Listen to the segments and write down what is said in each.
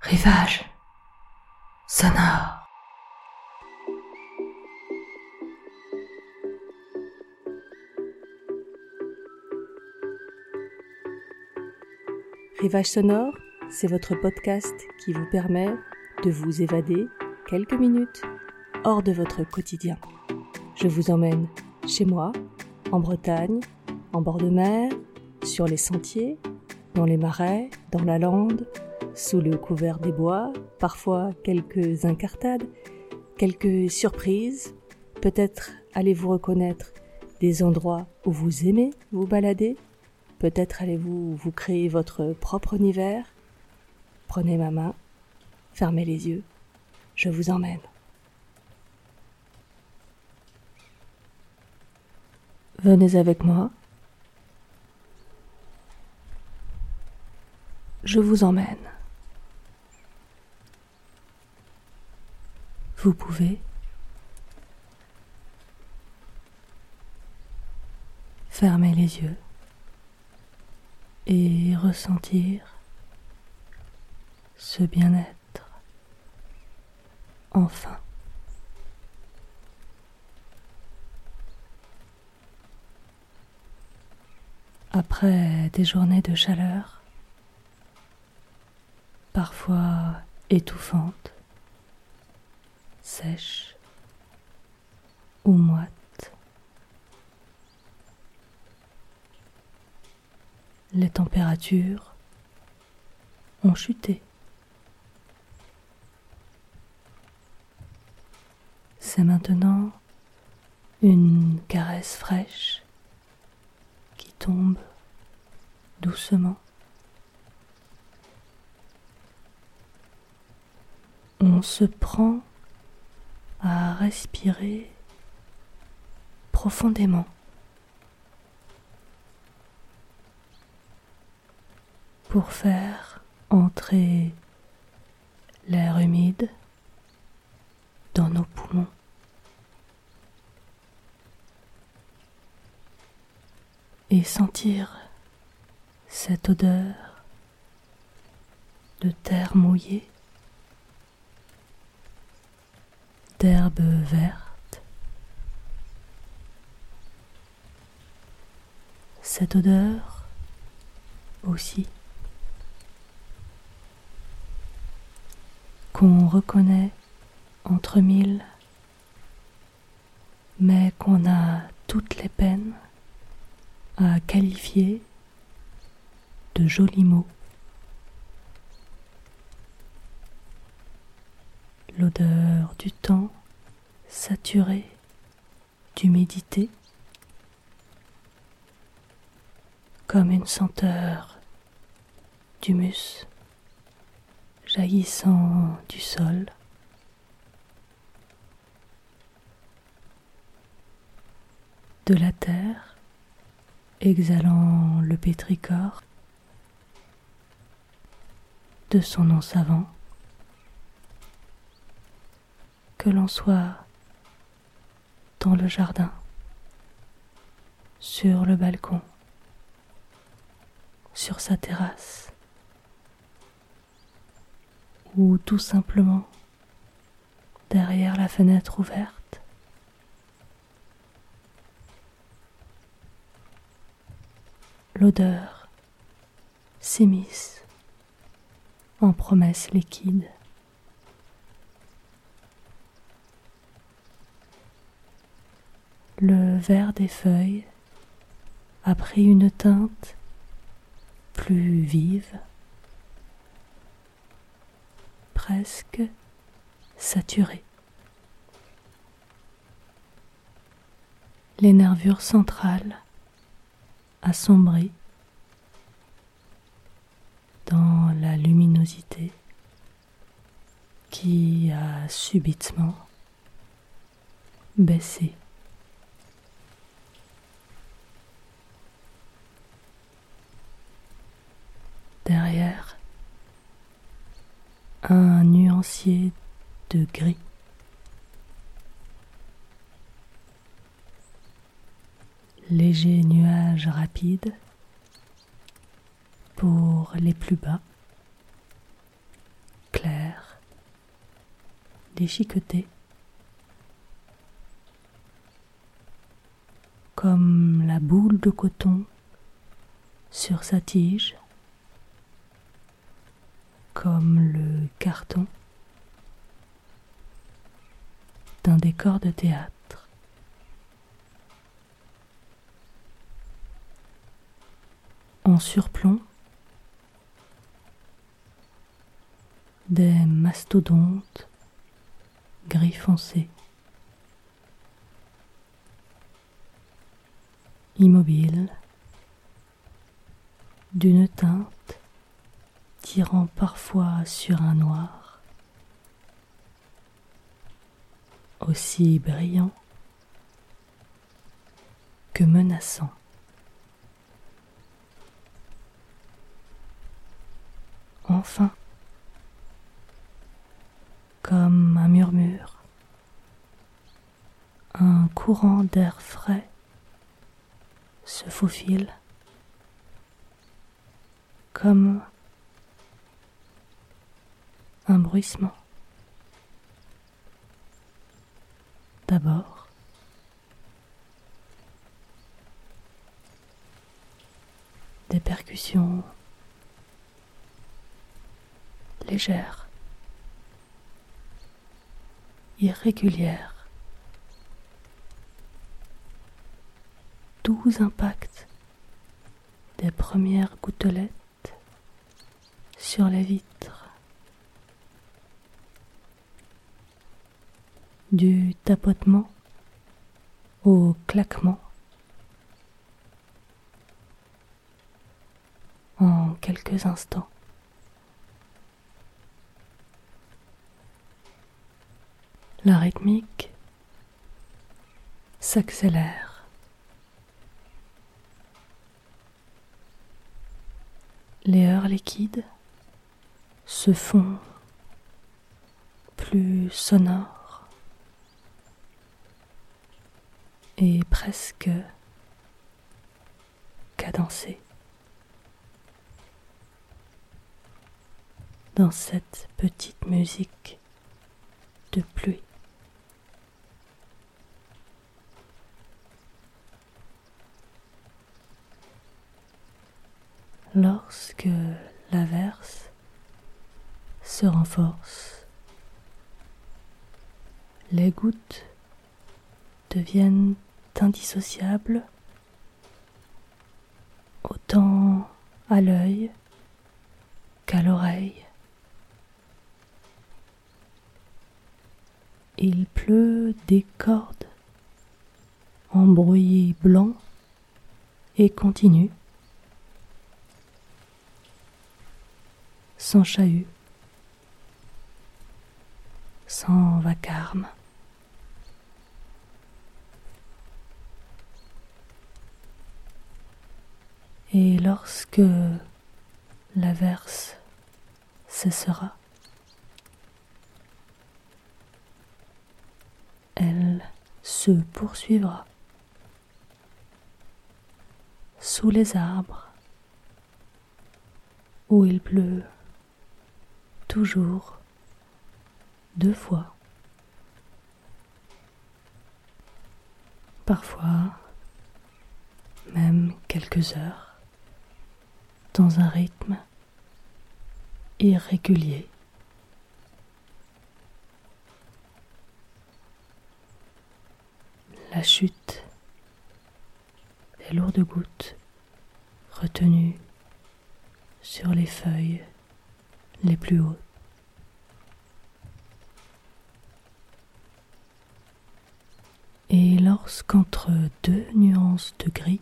Rivage sonore. Rivage sonore, c'est votre podcast qui vous permet de vous évader quelques minutes hors de votre quotidien. Je vous emmène chez moi, en Bretagne, en bord de mer, sur les sentiers, dans les marais, dans la lande, sous le couvert des bois, parfois quelques incartades, quelques surprises. Peut-être allez-vous reconnaître des endroits où vous aimez vous balader. Peut-être allez-vous vous créer votre propre univers. Prenez ma main, fermez les yeux, je vous emmène. Venez avec moi. Je vous emmène. Vous pouvez fermer les yeux et ressentir ce bien-être, enfin. Après des journées de chaleur, parfois étouffantes, sèches ou moites, les températures ont chuté. C'est maintenant une caresse fraîche qui tombe doucement. On se prend à respirer profondément. Pour faire entrer l'air humide dans nos poumons. Et sentir cette odeur de terre mouillée, d'herbes vertes. Cette odeur aussi qu'on reconnaît entre mille, mais qu'on a toutes les peines à qualifier de jolis mots. L'odeur du temps saturé d'humidité, comme une senteur d'humus jaillissant du sol. De la terre exhalant le pétrichor de son nom savant, que l'on soit dans le jardin, sur le balcon, sur sa terrasse, ou tout simplement derrière la fenêtre ouverte. L'odeur s'immisce en promesses liquides. Le vert des feuilles a pris une teinte plus vive, presque saturée. Les nervures centrales assombries dans la luminosité qui a subitement baissé. Derrière, un nuancier de gris. Léger nuage rapide pour les plus bas, clair déchiquetée, comme la boule de coton sur sa tige, comme le carton d'un décor de théâtre. En surplomb, des mastodontes gris foncé, immobiles, d'une teinte tirant parfois sur un noir, aussi brillant que menaçant. Enfin, comme un murmure, un courant d'air frais se faufile, comme un bruissement. D'abord, des percussions légères, irrégulières, doux impacts des premières gouttelettes sur les vitres, du tapotement au claquement. En quelques instants, la rythmique s'accélère. Les heures liquides se font plus sonores et presque cadencées. Dans cette petite musique de pluie. Lorsque l'averse se renforce, les gouttes deviennent indissociables autant à l'œil qu'à l'oreille. Il pleut des cordes en bruit blanc et continu, sans chahut, sans vacarme. Et lorsque l'averse cessera, elle se poursuivra sous les arbres où il pleut toujours 2 fois, parfois même quelques heures, dans un rythme irrégulier. La chute des lourdes gouttes retenues sur les feuilles les plus hautes. Et lorsqu'entre 2 nuances de gris,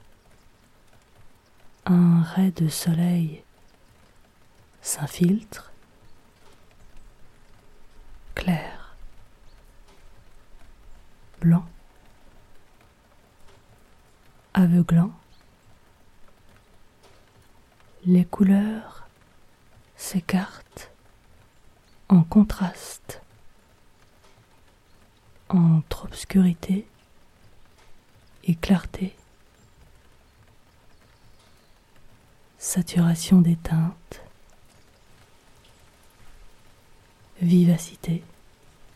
un ray de soleil s'infiltre, clair, blanc, aveuglant, les couleurs s'écartent en contraste entre obscurité et clarté, saturation des teintes, vivacité,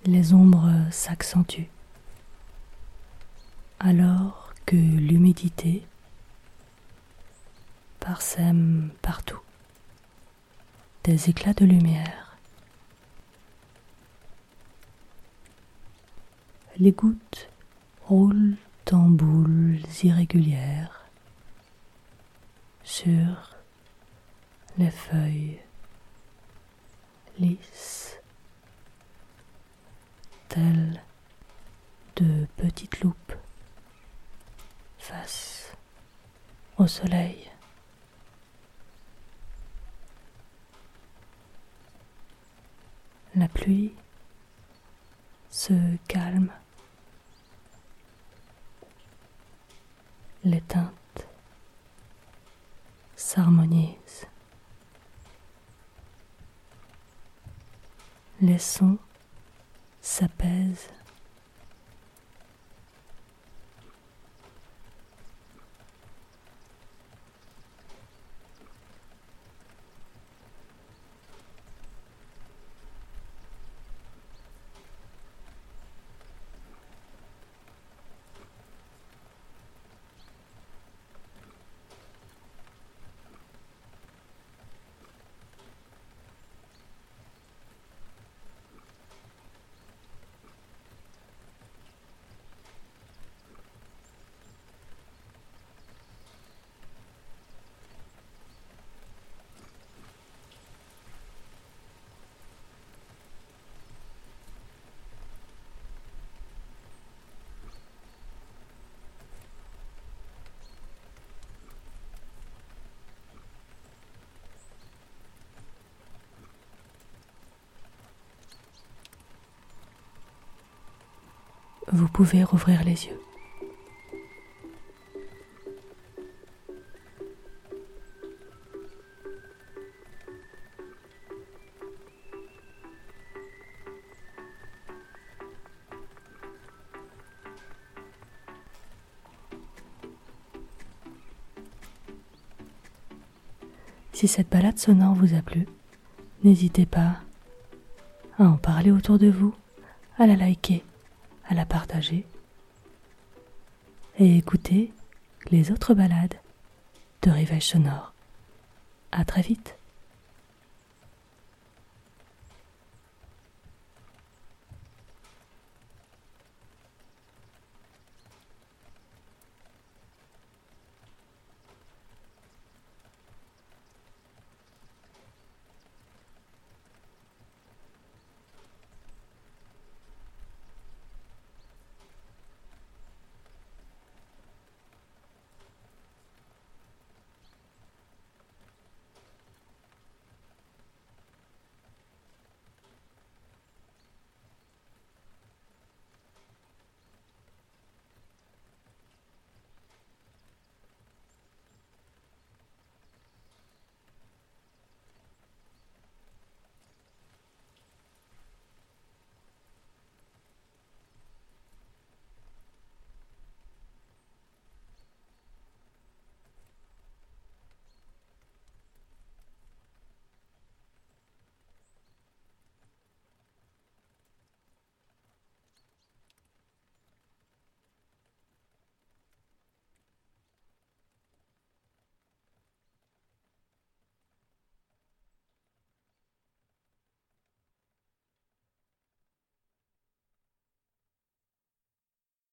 les ombres s'accentuent, alors que l'humidité parsème partout des éclats de lumière. Les gouttes roulent en boules irrégulières sur les feuilles lisses, telles de petites loupes face au soleil. La pluie se calme, les teintes s'harmonisent, les sons s'apaisent. Vous pouvez rouvrir les yeux. Si cette balade sonore vous a plu, n'hésitez pas à en parler autour de vous, à la liker, à la partager et écouter les autres balades de Rivage Sonore. À très vite.